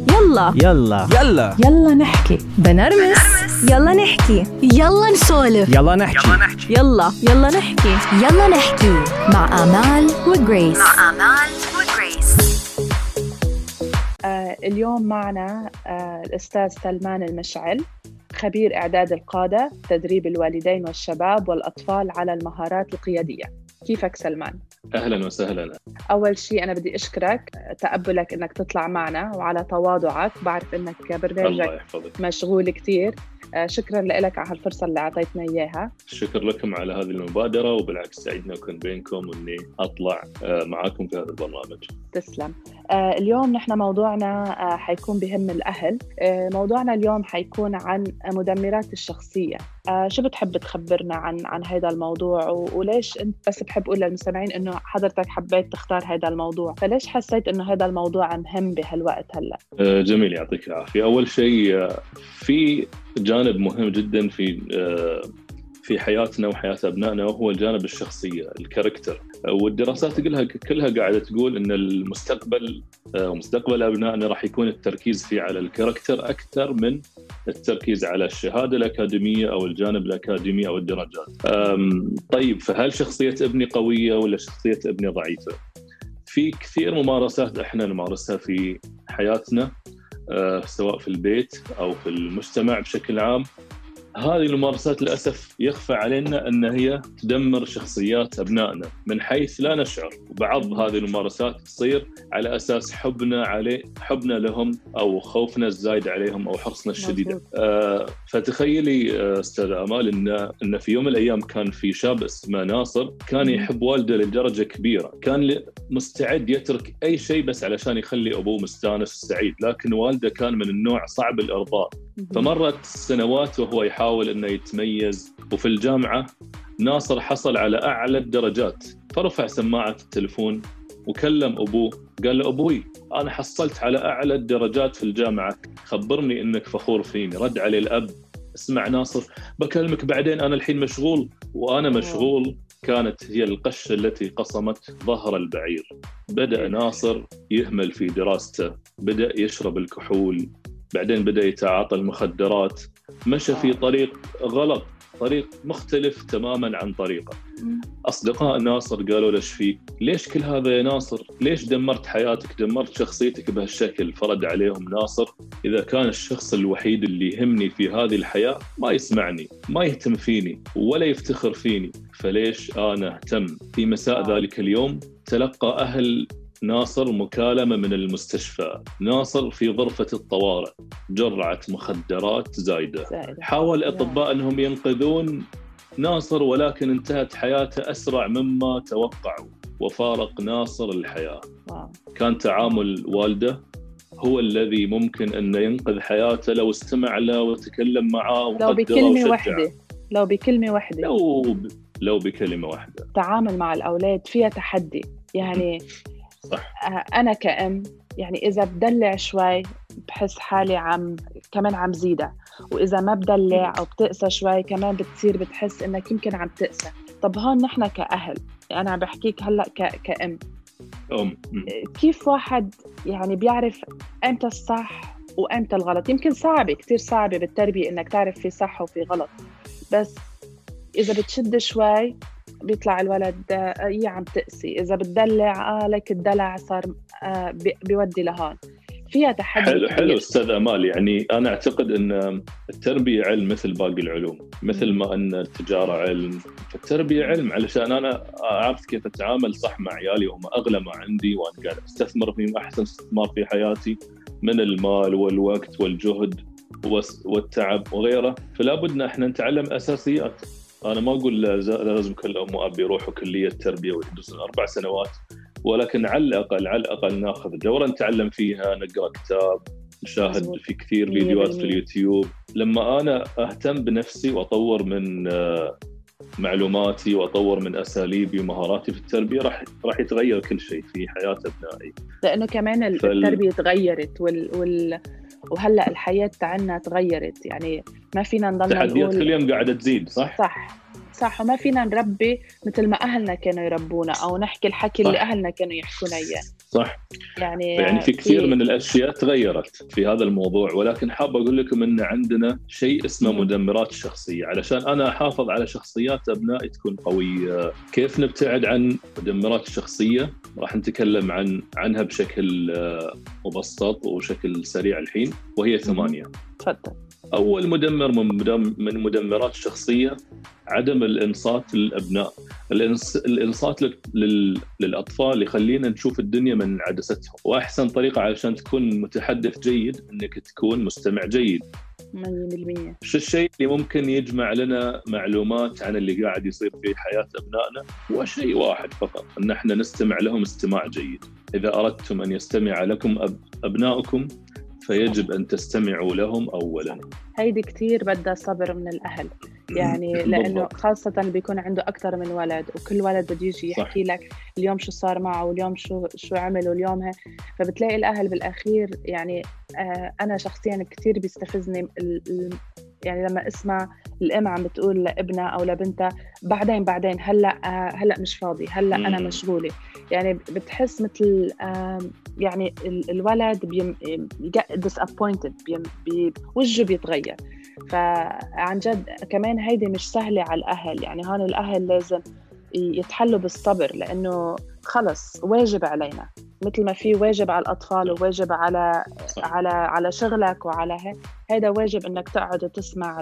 يلا يلا يلا يلا نحكي، بنرمس، يلا نحكي، يلا نسولف، يلا نحكي يلا نحكي. يلا نحكي مع آمال وغريس. اليوم معنا الأستاذ سلمان المشعل، خبير إعداد القادة، تدريب الوالدين والشباب والأطفال على المهارات القيادية. كيفك سلمان؟ أهلا وسهلا. أول شيء أنا بدي أشكرك تقبلك إنك تطلع معنا وعلى تواضعك. بعرف إنك برنامجك مشغول كتير. شكرا لك على هالفرصة اللي أعطيتنا إياها. شكر لكم على هذه المبادرة، وبالعكس سعيدنا أكون بينكم وإني أطلع معاكم في هذا البرنامج. تسلم. اليوم نحن موضوعنا حيكون بهم الأهل. موضوعنا اليوم حيكون عن مدمرات الشخصية. شو بتحب تخبرنا عن هذا الموضوع وليش أنت؟ بس بحب أقول للمستمعين إنه حضرتك حبيت تختار هذا الموضوع، فليش حسيت إنه هذا الموضوع مهم بهالوقت هلأ؟ جميل، يعطيك العافية. أول شيء في جانب مهم جدا في حياتنا وحياة أبنائنا، وهو الجانب الشخصية، الكاركتر. والدراسات كلها قاعدة تقول إن المستقبل ومستقبل أبنائنا راح يكون التركيز فيه على الكاركتر أكثر من التركيز على الشهادة الأكاديمية أو الجانب الأكاديمي أو الدرجات. طيب، فهل شخصية ابني قوية ولا شخصية ابني ضعيفة؟ في كثير ممارسات إحنا نمارسها في حياتنا، سواء في البيت أو في المجتمع بشكل عام. هذه الممارسات للأسف يخفى علينا أن هي تدمر شخصيات أبنائنا من حيث لا نشعر. وبعض هذه الممارسات تصير على أساس حبنا لهم أو خوفنا الزايد عليهم أو حرصنا الشديد. فتخيلي أستاذ آمال إن في يوم من الأيام كان في شاب اسمه ناصر، كان يحب والده لدرجة كبيرة، كان مستعد يترك أي شيء بس علشان يخلي أبوه مستانس سعيد، لكن والده كان من النوع صعب الإرضاء. فمرت السنوات وهو يحاول أنه يتميز، وفي الجامعة ناصر حصل على أعلى الدرجات، فرفع سماعة التلفون وكلم أبوه، قال له: أبوي، أنا حصلت على أعلى الدرجات في الجامعة، خبرني إنك فخور فيني. رد عليه الأب: اسمع ناصر، بكلمك بعدين، أنا الحين مشغول. وأنا مشغول كانت هي القشة التي قصمت ظهر البعير. بدأ ناصر يهمل في دراسته، بدأ يشرب الكحول، بعدين بدأ يتعاطى المخدرات، مشى في طريق غلط، طريق مختلف تماماً عن طريقه. أصدقاء ناصر قالوا له: ايش فيك؟ ليش كل هذا يا ناصر؟ ليش دمرت حياتك، دمرت شخصيتك بهالشكل؟ فرد عليهم ناصر: إذا كان الشخص الوحيد اللي يهمني في هذه الحياة ما يسمعني، ما يهتم فيني ولا يفتخر فيني، فليش أنا أهتم؟ في مساء ذلك اليوم تلقى أهل ناصر مكالمة من المستشفى. ناصر في غرفة الطوارئ، جرعة مخدرات زايدة. حاول الأطباء أنهم ينقذون ناصر، ولكن انتهت حياته أسرع مما توقعوا، وفارق ناصر الحياة. كان تعامل والده هو الذي ممكن أن ينقذ حياته لو استمع له وتكلم معه لو بكلمة واحدة. لو بكلمة واحدة. تعامل مع الأولاد فيها تحدي يعني. صح. أنا كأم يعني إذا بدلع شوي بحس حالي كمان عم زيدها، وإذا ما بدلع أو بتقسى شوي كمان بتحس إنك يمكن عم تقسى. طب هون نحن كأهل، أنا عم بحكيك هلأ كأم، كيف واحد يعني بيعرف أمتى الصح وأمتى الغلط؟ يمكن صعبة، كتير صعبة بالتربية إنك تعرف في صح وفي غلط، بس إذا بتشد شوي بيطلع الولد عم تقسي، إذا بتدلع لك الدلع صار بيودي لهون. فيها تحدي. حلو أستاذ أمال. يعني أنا أعتقد أن التربية علم مثل باقي العلوم، مثل ما أن التجارة علم، فالتربية علم، علشان أنا أعرف كيف أتعامل صح مع عيالي وهم أغلى ما عندي، وأنا قاعد أستثمر فيهم أحسن استثمار في حياتي من المال والوقت والجهد والتعب وغيره. فلا بدنا إحنا نتعلم أساسيات. أنا ما أقول لازم كل أم وأب يروحوا كلية تربية ويدرسون 4 سنوات، ولكن على الأقل ناخذ دورة نتعلم فيها، نقرأ كتاب، نشاهد في كثير فيديوهات في اليوتيوب. لما أنا أهتم بنفسي وأطور من معلوماتي وأطور من أساليبي ومهاراتي في التربية راح يتغير كل شيء في حياة أبنائي. لأنه كمان التربية تغيرت وهلأ الحياة تاعنا تغيرت، يعني ما فينا نضل تحديات كل يوم قاعدة تزيد. صح، وما فينا نربي مثل ما أهلنا كانوا يربونا أو نحكي الحكي اللي أهلنا كانوا يحكونا إياه. صح. يعني في كثير من الأشياء تغيرت في هذا الموضوع، ولكن حاب أقول لكم أن عندنا شيء اسمه مدمرات الشخصية. علشان أنا أحافظ على شخصيات أبنائي تكون قوية، كيف نبتعد عن مدمرات الشخصية؟ راح نتكلم عنها بشكل مبسط وشكل سريع الحين، وهي 8. تفضل. أول مدمر من مدمرات الشخصية عدم الإنصات للأبناء. الإنصات للأطفال يخلينا نشوف الدنيا من عدستهم، وأحسن طريقة علشان تكون متحدث جيد أنك تكون مستمع جيد 100%. شو الشيء اللي ممكن يجمع لنا معلومات عن اللي قاعد يصير في حياة أبنائنا؟ هو شيء واحد فقط، أن احنا نستمع لهم استماع جيد. إذا أردتم أن يستمع لكم أبنائكم فيجب أن تستمعوا لهم أولاً. هيدي كتير بدها صبر من الأهل، يعني لأنه خاصة اللي بيكون عنده أكثر من ولد، وكل ولد بده يجي يحكي لك اليوم شو صار معه واليوم شو عمل واليوم فبتلاقي الأهل بالأخير يعني أنا شخصياً كتير بيستفزني يعني لما اسمع الأم عم بتقول لابنها أو لبنتها بعدين هلأ مش فاضي، هلأ أنا مشغولة. يعني بتحس مثل يعني الولد disappointed، وجهه بيتغير. فعن جد كمان هيدي مش سهلة على الأهل، يعني هون الأهل لازم يتحلوا بالصبر، لأنه خلص واجب علينا، مثل ما في واجب على الأطفال وواجب على شغلك وعلى هذا واجب إنك تقعد وتسمع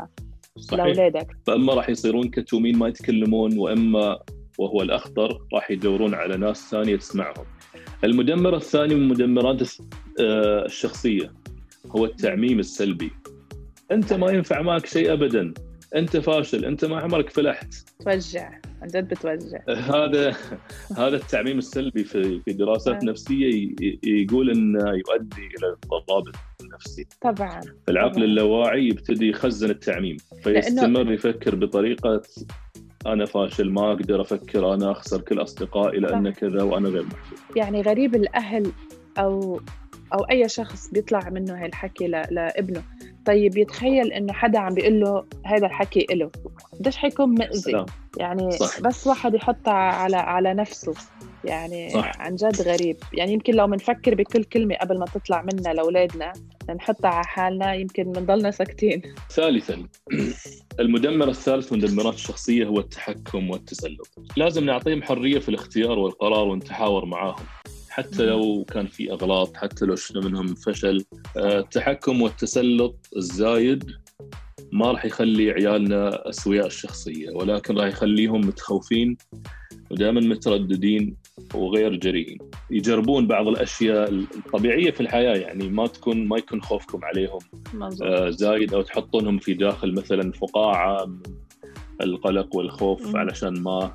لأولادك. فأما راح يصيرون كتومين ما يتكلمون، وإما وهو الأخطر راح يدورون على ناس ثانية تسمعهم. المدمر الثاني من مدمرات الشخصية هو التعميم السلبي. أنت ما ينفع معك شيء أبداً، أنت فاشل، أنت ما عمرك فلحت. توجع، عن جد بتوجع. هذا التعميم السلبي في دراسات نفسية يقول إنه يؤدي إلى اضطراب نفسي. طبعاً. العقل اللاواعي يبتدي يخزن التعميم، فيستمر يفكر بطريقة أنا فاشل، ما أقدر أفكر، أنا أخسر كل أصدقائي لأن كذا وأنا غير محبوب. يعني غريب الأهل أو أي شخص بيطلع منه هالحكي لابنه، طيب يتخيل إنه حدا عم بيقول له هذا الحكي إله، قديش حيكون مأذي يعني. صح. بس واحد يحطها على نفسه يعني. صح. عن جد غريب. يعني يمكن لو منفكر بكل كلمة قبل ما تطلع منا لأولادنا نحطها على حالنا يمكن منضلنا ساكتين. ثالثاً المدمر الثالث من مدمرات الشخصية هو التحكم والتسلط. لازم نعطيهم حرية في الاختيار والقرار ونتحاور معاهم حتى لو كان في أغلاط، حتى لو شفنا منهم فشل. التحكم والتسلط الزايد ما راح يخلي عيالنا أسوياء الشخصية، ولكن راح يخليهم متخوفين ودائما مترددين وغير جريئين. يجربون بعض الأشياء الطبيعية في الحياة، يعني ما يكون خوفكم عليهم زايد، أو تحطونهم في داخل مثلا فقاعة من القلق والخوف علشان ما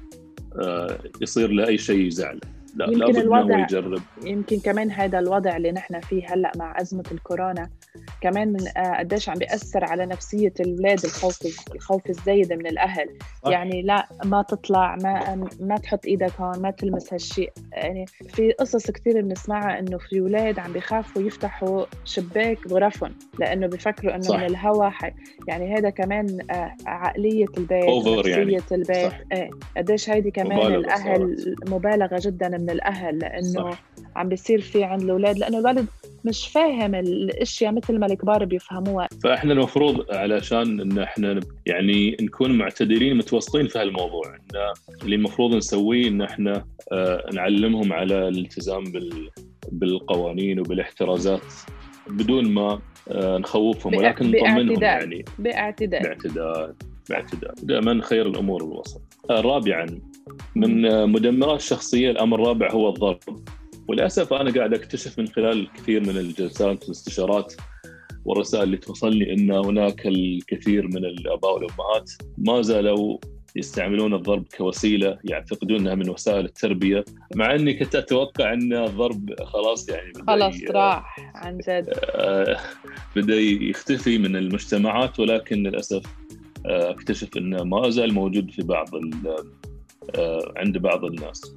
يصير له أي شيء يزعله. لا، يمكن الوضع يمكن كمان هذا الوضع اللي نحن فيه هلأ مع أزمة الكورونا كمان من قديش عم بيأثر على نفسية الأولاد، الخوف الزايد من الأهل. يعني لا، ما تطلع، ما تحط إيدك هون، ما تلمس هالشيء. يعني في قصص كثير بنسمعها إنه في أولاد عم بيخافوا يفتحوا شباك غرفهم لأنه بيفكروا إنه من الهواء يعني هذا كمان عقلية البيت، نفسية يعني. البيت. قديش هيدي كمان الأهل مبالغة جدا من الأهل، لأنه عم بيصير في عند الأولاد، لأنه الولد مش فاهم الاشياء مثل ما الكبار بيفهموها. فاحنا المفروض علشان ان احنا يعني نكون معتدلين متوسطين في هالموضوع، ان اللي المفروض نسويه ان احنا نعلمهم على الالتزام بالقوانين وبالاحترازات بدون ما نخوفهم، ولكن نطمنهم يعني باعتدال دائما خير الامور الوسط. رابعا من مدمرات الشخصيه، الامر الرابع هو الضرب. وللأسف أنا قاعد أكتشف من خلال كثير من الجلسات والاستشارات والرسائل اللي توصلني أن هناك الكثير من الآباء والأمهات ما زالوا يستعملون الضرب كوسيلة، يعتقدون أنها من وسائل التربية، مع أني كنت أتوقع أن الضرب خلاص يعني خلاص راح عن جد بدأ يختفي من المجتمعات، ولكن للأسف أكتشف أنه ما زال موجود في عند بعض الناس.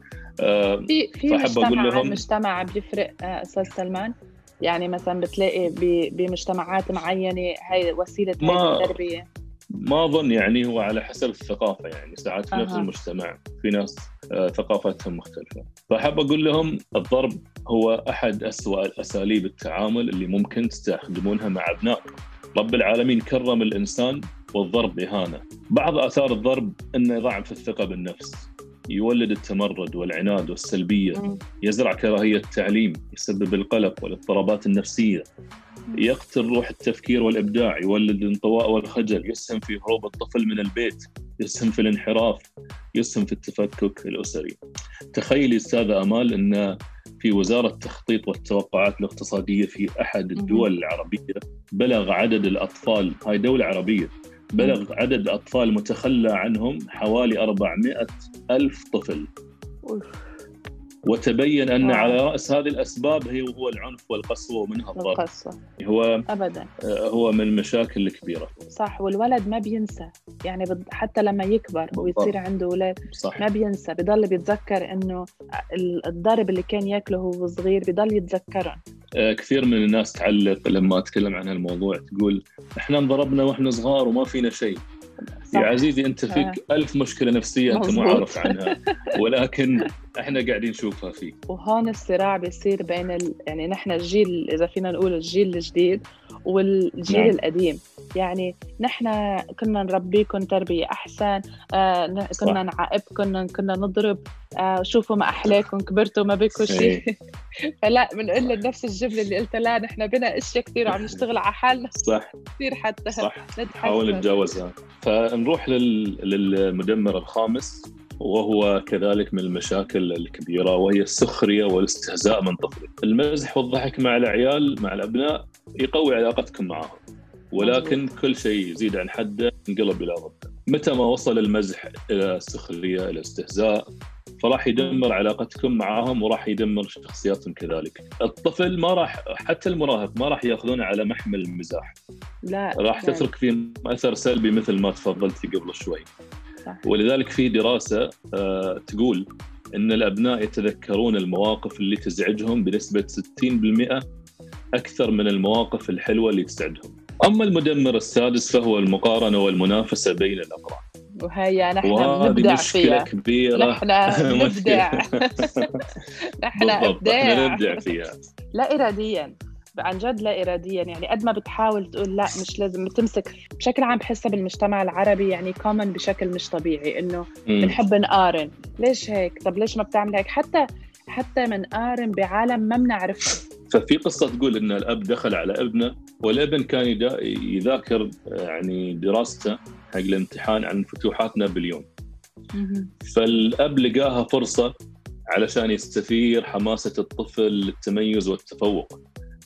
في مجتمع بيفرق أستاذ سلمان، يعني مثلا بتلاقي بمجتمعات معينة هاي وسيلة التربية. ما أظن، يعني هو على حسب الثقافة، يعني ساعات في نفس المجتمع في ناس ثقافتهم مختلفة. فأحب أقول لهم الضرب هو أحد أسوأ أساليب التعامل اللي ممكن تستخدمونها مع أبنائكم. رب العالمين كرم الإنسان والضرب إهانة. بعض آثار الضرب أنه يضعف الثقة بالنفس، يولد التمرد والعناد والسلبية، يزرع كراهية التعليم، يسبب القلق والاضطرابات النفسية، يقتل روح التفكير والإبداع، يولد الانطواء والخجل، يسهم في هروب الطفل من البيت، يسهم في الانحراف، يسهم في التفكك الأسري. تخيلي أستاذة أمال أن في وزارة التخطيط والتوقعات الاقتصادية في أحد الدول العربية بلغ عدد الأطفال، هاي دولة عربية، بلغ عدد الأطفال متخلى عنهم حوالي 400,000 طفل. وتبين أن على رأس هذه الأسباب هو العنف والقسوة ومنها الضرب. هو أبداً هو من المشاكل الكبيرة. صح. والولد ما بينسى، يعني حتى لما يكبر ويصير عنده أولاد ما بينسى، بيضل بيتذكر إنه الضرب اللي كان يأكله وهو صغير بيضل يتذكرهم. كثير من الناس تعلق لما أتكلم عن هالموضوع، تقول إحنا انضربنا وإحنا صغار وما فينا شيء. يا عزيزي أنت فيك 1000 مشكلة نفسية أنت ما عارف عنها، ولكن إحنا قاعدين نشوفها فيك. وهون الصراع بيصير بين يعني نحن الجيل، إذا فينا نقول الجيل الجديد والجيل نعم. القديم. يعني نحن كنا نربيكم تربية أحسن، كنا نعاقبكم، كنا نضرب، شوفوا ما أحلاكم، كبرتوا ما بكوا شيء. فلا بنقول لنفس الجملة اللي قلتها، لا نحن بنا أشياء كثير وعم نشتغل على حالنا. صح كثير حتى نحاول نتجاوزها. فنروح للمدمر الخامس، وهو كذلك من المشاكل الكبيرة، وهي السخرية والاستهزاء من طفلك. المزح والضحك مع العيال مع الأبناء يقوي علاقتكم معهم، ولكن كل شيء يزيد عن حده ينقلب إلى ضده. متى ما وصل المزح إلى السخرية إلى الاستهزاء فراح يدمر علاقتكم معهم وراح يدمر شخصياتهم كذلك. الطفل ما راح، حتى المراهق ما راح يأخذون على محمل المزاح، لا راح تترك فيه أثر سلبي مثل ما تفضلتي قبل شوي. ولذلك في دراسة تقول إن الأبناء يتذكرون المواقف اللي تزعجهم بنسبة 60% أكثر من المواقف الحلوة اللي تسعدهم. أما المدمر السادس فهو المقارنة والمنافسة بين الأقران، وهي نحن نبدع فيها. كبيرة. نحن نبدع. نحن نبدع فيها لا إراديا، عن جد لا إراديا. يعني قد ما بتحاول تقول لا مش لازم تمسك. بشكل عام بحسها بالمجتمع العربي يعني كومن بشكل مش طبيعي إنه بنحب نقارن. ليش هيك؟ طب ليش ما بتعمل هيك؟ حتى منقارن بعالم ما بنعرفه. ففي قصة تقول إن الأب دخل على ابنه، والابن كان يذاكر يعني دراسته حق الامتحان عن فتوحات نابليون. فالأب لقاها فرصة علشان يستثير حماسة الطفل للتميز والتفوق.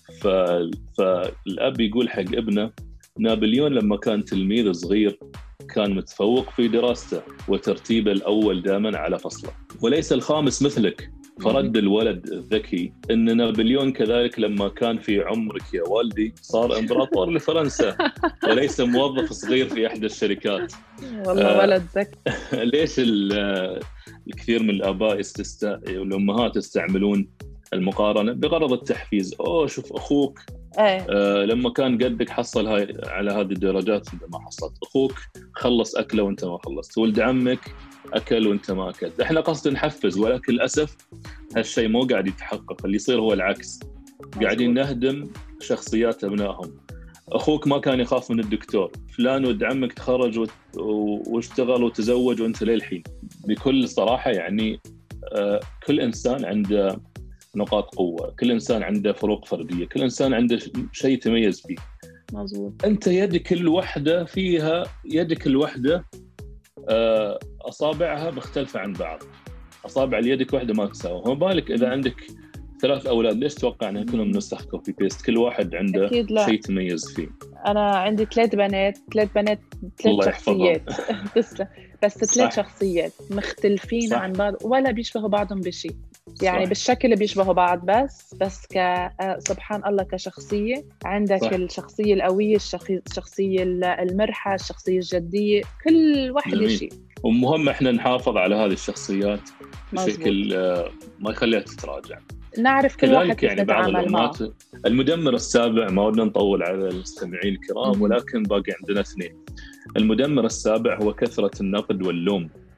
فالأب يقول حق ابنه نابليون لما كان تلميذ صغير كان متفوق في دراسته وترتيبه الأول دائما على فصله، وليس الخامس مثلك. فرد الولد الذكي إن نابليون كذلك لما كان في عمرك يا والدي صار إمبراطور لفرنسا وليس موظف صغير في إحدى الشركات. والله ولد ذكي. ليش الكثير من الآباء والأمهات يستعملون المقارنة بغرض التحفيز؟ شوف أخوك لما كان قدك حصل على هذه الدرجات أنت ما حصلت، أخوك خلص أكله وأنت ما خلصت، ولد عمك أكل وأنت ما أكلت. إحنا قصد نحفز، ولكن للأسف هالشيء مو قاعد يتحقق. اللي يصير هو العكس، قاعدين نهدم شخصيات أبنائهم. أخوك ما كان يخاف من الدكتور، فلان ولد عمك تخرج واشتغل وتزوج وأنت للحين. بكل صراحة يعني كل إنسان عنده نقاط قوة، كل إنسان عنده فروق فردية، كل إنسان عنده شيء يتميز فيه. مظبوط. أنت يدك الوحدة فيها، يدك الوحدة أصابعها مختلفة عن بعض. أصابع اليدك واحدة ما تساوي، ما بالك إذا عندك 3 أولاد، ليش توقع أنهم كلهم نسخ كوبي بيست؟ كل واحد عنده شيء يتميز فيه. أنا عندي 3 بنات 3 شخصيات. بس 3 شخصيات مختلفين صح. عن بعض ولا بيشبهوا بعضهم بشيء. يعني صح. بالشكل بيشبهوا بعض بس سبحان الله كشخصية عندك صح. الشخصية القوية، الشخصية المرحة، الشخصية الجدية، كل واحد شيء. ومهم إحنا نحافظ على هذه الشخصيات بشكل ما يخليها تتراجع. نعرف كل واحد يعني نتعامل معه. المدمر السابع، ما ودنا نطول على المستمعين الكرام، ولكن باقي عندنا 2. المدمر السابع هو كثرة النقد واللوم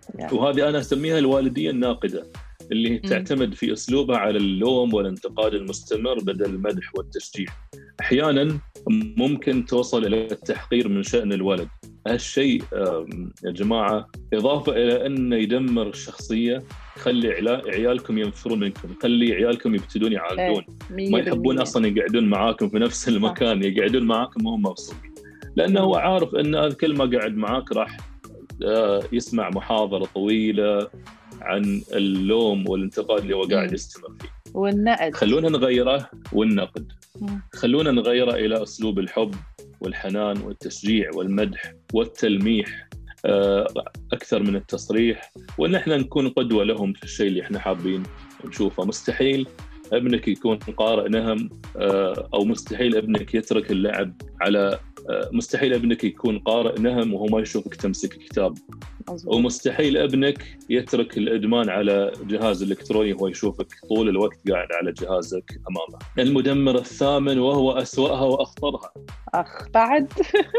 يعني. وهذه أنا أسميها الوالدية الناقدة، اللي تعتمد في أسلوبها على اللوم والانتقاد المستمر بدل المدح والتشجيع. أحيانا ممكن توصل إلى التحقير من شأن الولد. هالشيء يا جماعة إضافة إلى أنه يدمر الشخصية، خلي عيالكم ينفرون منكم، خلي عيالكم يبتدون يعاندون، ما يحبون أصلا يقعدون معاكم في نفس المكان، يقعدون معاكم وهم مبسوطين، لأنه هو عارف أن كل ما قاعد معاك راح يسمع محاضرة طويلة عن اللوم والانتقاد اللي هو قاعد يستمر فيه. والنقد خلونا نغيره، والنقد خلونا نغيره إلى أسلوب الحب والحنان والتشجيع والمدح والتلميح أكثر من التصريح، وإن إحنا نكون قدوة لهم في الشيء اللي إحنا حابين نشوفه. مستحيل ابنك يكون قارئ نهم، أو مستحيل ابنك يترك اللعب على مستحيل ابنك يكون قارئ نهم وهو ما يشوفك تمسك كتاب، ومستحيل ابنك يترك الإدمان على جهاز إلكتروني وهو يشوفك طول الوقت قاعد على جهازك أمامه. المدمر الثامن وهو أسوأها وأخطرها بعد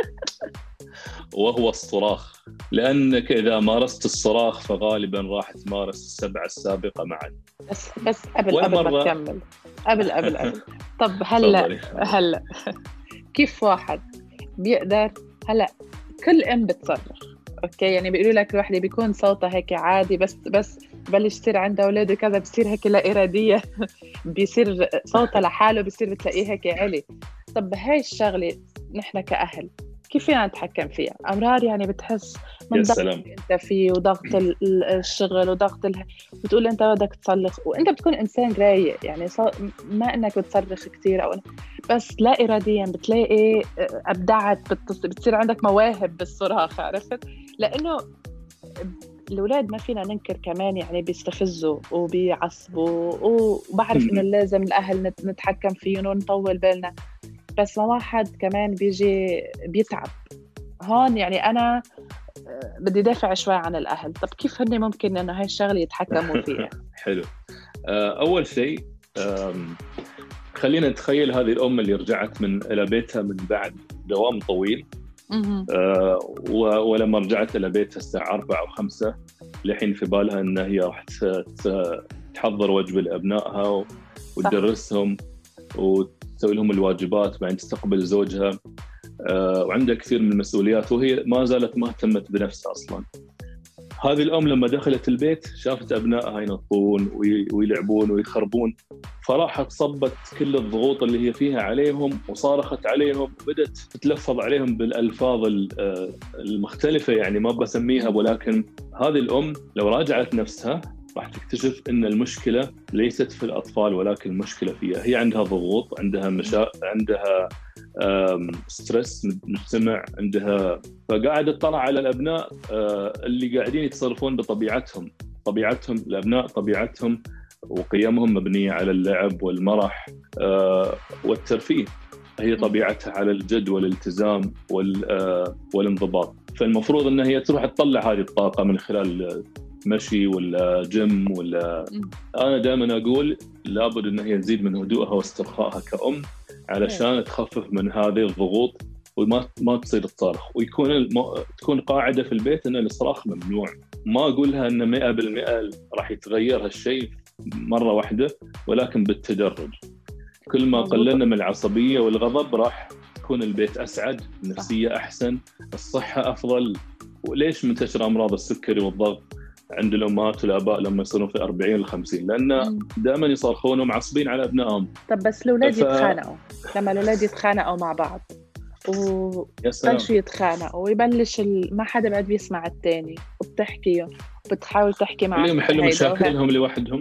وهو الصراخ، لأنك إذا مارست الصراخ فغالباً راح تمارس السبعة السابقة معاً. بس قبل ما تكمل، قبل طب هلأ كيف واحد بيقدر؟ هلأ كل أم بتصرخ، أوكي، يعني بيقولوا لك الوحدة بيكون صوتها هيك عادي، بس بلش يصير عندها أولاد وكذا بصير هيك لا إرادية بيصير صوتها لحاله بيصير بتلاقيه هيك عالي. طب هاي الشغلة نحن كأهل كيف فينا نتحكم فيها؟ أمرار يعني بتحس من ضغط أنت فيه وضغط الشغل وضغط بتقول أنت بدك تصرخ، وأنت بتكون إنسان رايق، يعني ما إنك بتصرخ كتير أو بس لا إراديا بتلاقي أبدعت بتصير عندك مواهب بالصراخ، عرفت؟ لأنه الأولاد ما فينا ننكر كمان يعني بيستفزوا وبيعصبوا، وبعرف إنه لازم الأهل نتحكم فيهم ونطول بالنا، بس ما واحد كمان بيجي بيتعب هون. يعني أنا بدي دافع شوي عن الأهل. طب كيف هن ممكن إنه هاي الشغلة يتحكموا فيها؟ حلو. أول شيء خلينا نتخيل هذه الأم اللي رجعت إلى بيتها من بعد دوام طويل، ولما رجعت إلى بيتها الساعة 4 أو 5 لحين في بالها أن هي راح تحضر وجبة لأبنائها وتدرسهم وتسوي لهم الواجبات، بعدين تستقبل زوجها، وعندها كثير من المسؤوليات، وهي ما زالت ما اهتمت بنفسها أصلاً. هذه الأم لما دخلت البيت شافت أبنائها ينطون ويلعبون ويخربون، فراحت صبت كل الضغوط اللي هي فيها عليهم وصارخت عليهم وبدأت تتلفظ عليهم بالألفاظ المختلفة، يعني ما بسميها، ولكن هذه الأم لو راجعت نفسها راح تكتشف أن المشكلة ليست في الأطفال ولكن المشكلة فيها. هي عندها ضغوط، عندها عندها ستريس مجتمع، عندها، فقاعدة تطلع على الأبناء اللي قاعدين يتصرفون بطبيعتهم. الأبناء طبيعتهم وقيمهم مبنية على اللعب والمرح والترفيه، هي طبيعتها على الجد والالتزام والانضباط. فالمفروض أنها هي تروح تطلع هذه الطاقة من خلال مشي ولا جيم ولا أنا دائما أقول لابد أن هي تزيد من هدوءها واسترخائها كأم علشان تخفف من هذه الضغوط وما تصير تصارخ، تكون قاعدة في البيت أن الصراخ ممنوع. ما أقولها أن 100% راح يتغير هالشيء مرة واحدة، ولكن بالتدرج. كل ما قللنا من العصبية والغضب راح تكون البيت أسعد، النفسية أحسن، الصحة أفضل. وليش منتشر أمراض السكري والضغط عند الأمهات والآباء لما يصيرون في 40 و50؟ لأن دائما يصرخون ومعصبين على أبنائهم. طب بس الأولاد يتخانقوا، لما الأولاد يتخانقوا مع بعض وبلشوا يتخانقوا ويبلش ما حدا بعد بيسمع التاني، وبتحكيهم وبتحاول تحكي معهم خليهم يحلوا مشاكلهم لوحدهم.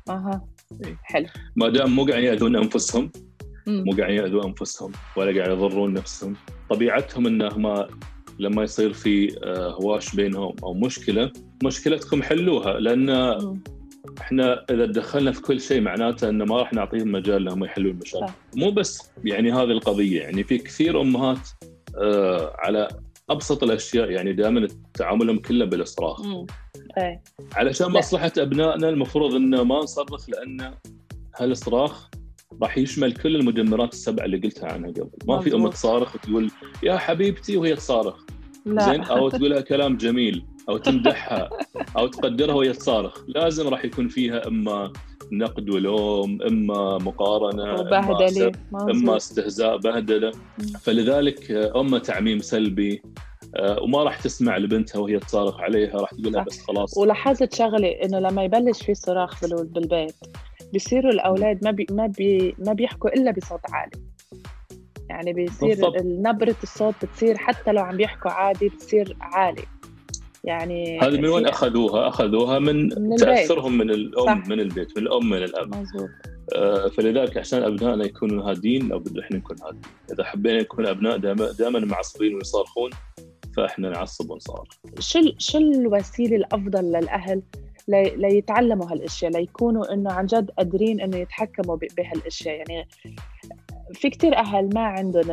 حلو. ما دام مو قاعدين يأذون أنفسهم، مو قاعدين يأذون أنفسهم ولا قاعدين يضرون نفسهم، طبيعتهم أنهم لما يصير في هواش بينهم أو مشكلتكم حلوها، لأن إحنا إذا دخلنا في كل شيء معناته أن ما راح نعطيهم مجال لهم يحلوا المشاكل. مو بس يعني هذه القضية، يعني في كثير أمهات على أبسط الأشياء يعني دائما تعاملهم كله بالإصراخ. علشان مصلحة أبنائنا المفروض أن ما نصرخ، لأن هالإصراخ راح يشمل كل المدمرات السبع اللي قلتها عنها قبل. ما في أم تصارخ وتقول يا حبيبتي وهي تصارخ، زين، أو تقولها كلام جميل او تمدحها او تقدرها وهي تصارخ، لازم راح يكون فيها اما نقد ولوم، اما مقارنه، وبهدله، اما استهزاء، بهدله. فلذلك اما تعميم سلبي، وما راح تسمع لبنتها وهي تصارخ عليها، راح تقول لها بس خلاص. ولاحظت شغله انه لما يبلش في صراخ بالبيت بيصيروا الاولاد ما بيحكوا الا بصوت عالي، يعني بيصير نبره الصوت بتصير حتى لو عم بيحكوا عادي بتصير عالي. يعني هذه من وين اخذوها من تاثرهم من الام، صح. من البيت، من الام، من الاب. مزبوط. فلذلك عشان ابنائنا يكونوا هادين لابد احنا نكون هادين. اذا حبينا يكون ابناء دائما معصبين ويصارخون فاحنا نعصب ونصارخ. شو الوسيله الافضل للاهل ليتعلموا هالاشياء، ليكونوا انه عن جد قادرين انه يتحكموا بهالاشياء؟ يعني في كتير اهل ما عندهم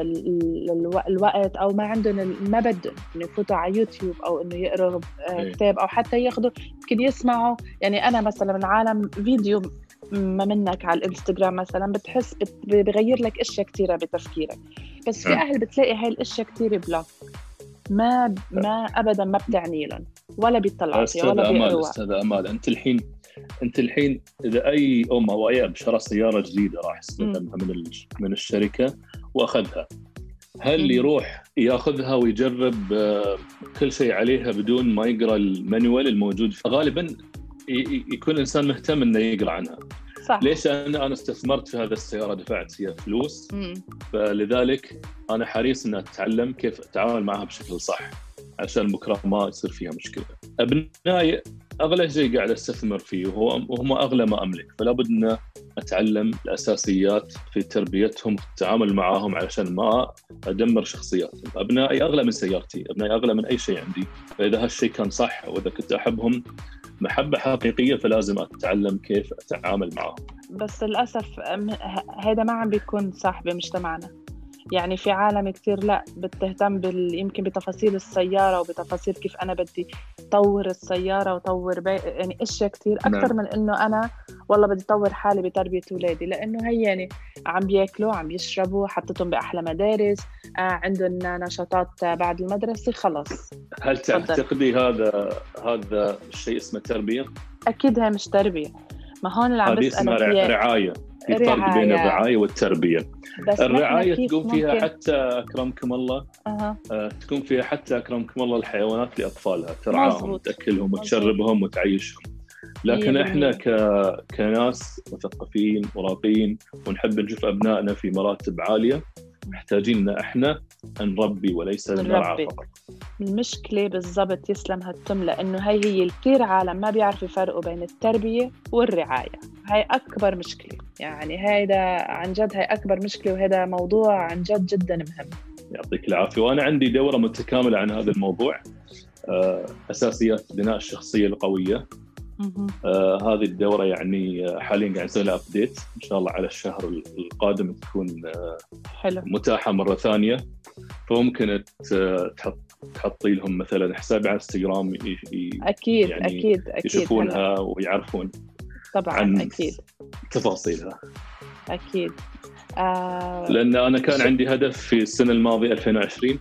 الوقت او ما عندهم ما بدهم انه يفوتوا على يوتيوب او انه يقروا كتاب او حتى ياخذوا، يمكن يسمعوا. يعني انا مثلا من عالم فيديو ما منك على الانستغرام مثلا بتحس بغير لك اشياء كتيره بتفكيرك، بس في اهل بتلاقي هاي الاشياء كتير بلوك، ما ابدا ما بتعني لهم ولا بيطلعوا فيها ولا بيقروها. استاذ امال، انت الحين اذا اي ام او اي اب شرى سياره جديده راح يستلمها من الشركه واخذها، هل يروح ياخذها ويجرب كل شيء عليها بدون ما يقرا المانيوال الموجود؟ غالبا يكون الانسان مهتم انه يقرا عنها. صح. ليش؟ انا استثمرت في هذا السياره، دفعت فيها فلوس، فلذلك انا حريص ان اتعلم كيف اتعامل معها بشكل صح عشان بكره ما يصير فيها مشكله. ابنائي اغلى شيء قاعد استثمر فيه وهم اغلى ما املك، فلا بد ان اتعلم الاساسيات في تربيتهم، في التعامل معهم علشان ما ادمر شخصياتهم. ابنائي اغلى من سيارتي، ابنائي اغلى من اي شيء عندي، فاذا هالشيء كان صح واذا كنت احبهم محبه حقيقيه فلازم اتعلم كيف اتعامل معهم. بس للاسف هذا ما عم بيكون صح بمجتمعنا. يعني في عالم كتير لا بتهتم يمكن بتفاصيل السيارة وبتفاصيل كيف أنا بدي طور السيارة وطور يعني أشياء كتير أكثر من إنه أنا والله بدي طور حالي بتربية أولادي، لأنه هي يعني عم بياكلوا، عم بيشربوا، حطتهم بأحلى مدارس، عندهم نشاطات بعد المدرسة، خلص. هل تعتقدي هذا الشيء اسمه تربية؟ أكيد هي مش تربية. ما هون اللي عم بسألك هي رعاية. في فرق بين الرعاية والتربية. الرعاية تقوم فيها حتى أكرمكم الله تكون فيها حتى أكرمكم الله الحيوانات لأطفالها، ترعاهم، تأكلهم وتشربهم وتعيشهم. لكن إحنا كناس مثقفين وراقين ونحب نشوف أبنائنا في مراتب عالية، محتاجين إن إحنا نربي وليس نرعى فقط. المشكلة بالضبط يسلم هالتم، لأنه هي كتير عالم ما بيعرف يفرقوا بين التربية والرعاية. هاي أكبر مشكلة، يعني هيدا عن جد هاي أكبر مشكلة، وهذا موضوع عن جد جدا مهم. يعطيك العافية. وأنا عندي دورة متكاملة عن هذا الموضوع، أساسيات بناء الشخصية القوية. هذه الدورة يعني حاليا قاعد نسوي لها أبديت، إن شاء الله على الشهر القادم تكون حلو. متاحة مرة ثانية، فممكن تحطي لهم مثلا حساب على انستغرام أكيد يعني أكيد يشوفونها ويعرفون طبعا عن أكيد تفاصيلها. أكيد. لأن أنا كان عندي هدف في السنة الماضية 2020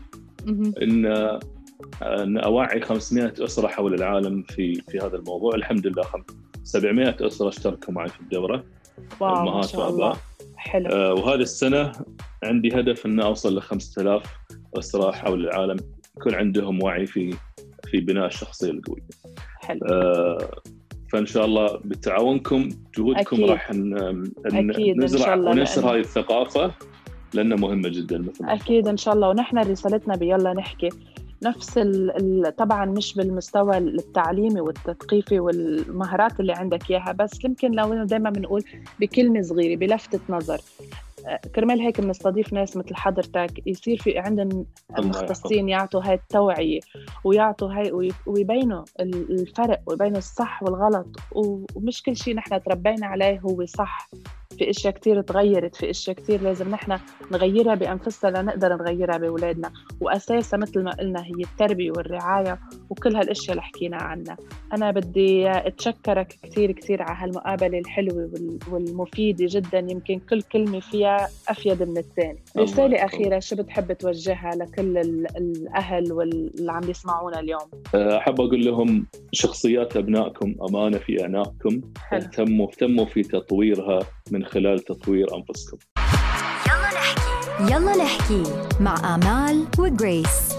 أن أوعي 500 أسرة حول العالم في هذا الموضوع. الحمد لله 700 أسرة اشتركوا معي في الدورة، أمهات وآباء. حلو. وهذه السنة عندي هدف أن أوصل ل 5000 أسرة حول العالم يكون عندهم وعي في بناء الشخصية القوية. حلو. فإن شاء الله بتعاونكم جهودكم راح نزرع وننشر هذه الثقافة لأنها مهمة جدا مثل أكيد إن شاء الله. ونحن رسالتنا بيلا نحكي نفس طبعا مش بالمستوى التعليمي والتثقيفي والمهارات اللي عندك إياها، بس يمكن لو دايما بنقول بكلمة صغيرة بلفتة نظر. كرمال هيك بنستضيف ناس مثل حضرتك يصير في عندهم مختصين يعطوا هاي التوعية ويعطوا هاي ويبينوا الفرق ويبينوا الصح والغلط، ومش كل شيء نحن تربينا عليه هو صح. في اشياء كتير تغيرت، في اشياء كتير لازم نحن نغيرها بانفسنا لنقدر نغيرها باولادنا، واساسا مثل ما قلنا هي التربيه والرعايه وكل هالاشياء اللي حكينا عنها. انا بدي اتشكرك كتير كتير على هالمقابله الحلوه والمفيده جدا، يمكن كل كلمه فيها افيد من الثاني. رساله اخيره شو بتحب توجهها لكل الاهل واللي عم يسمعونا اليوم؟ احب اقول لهم شخصيات ابنائكم امانه في اعناقكم، اهتموا في تطويرها من خلال تطوير انفسكم. يلا نحكي مع آمال وغريس.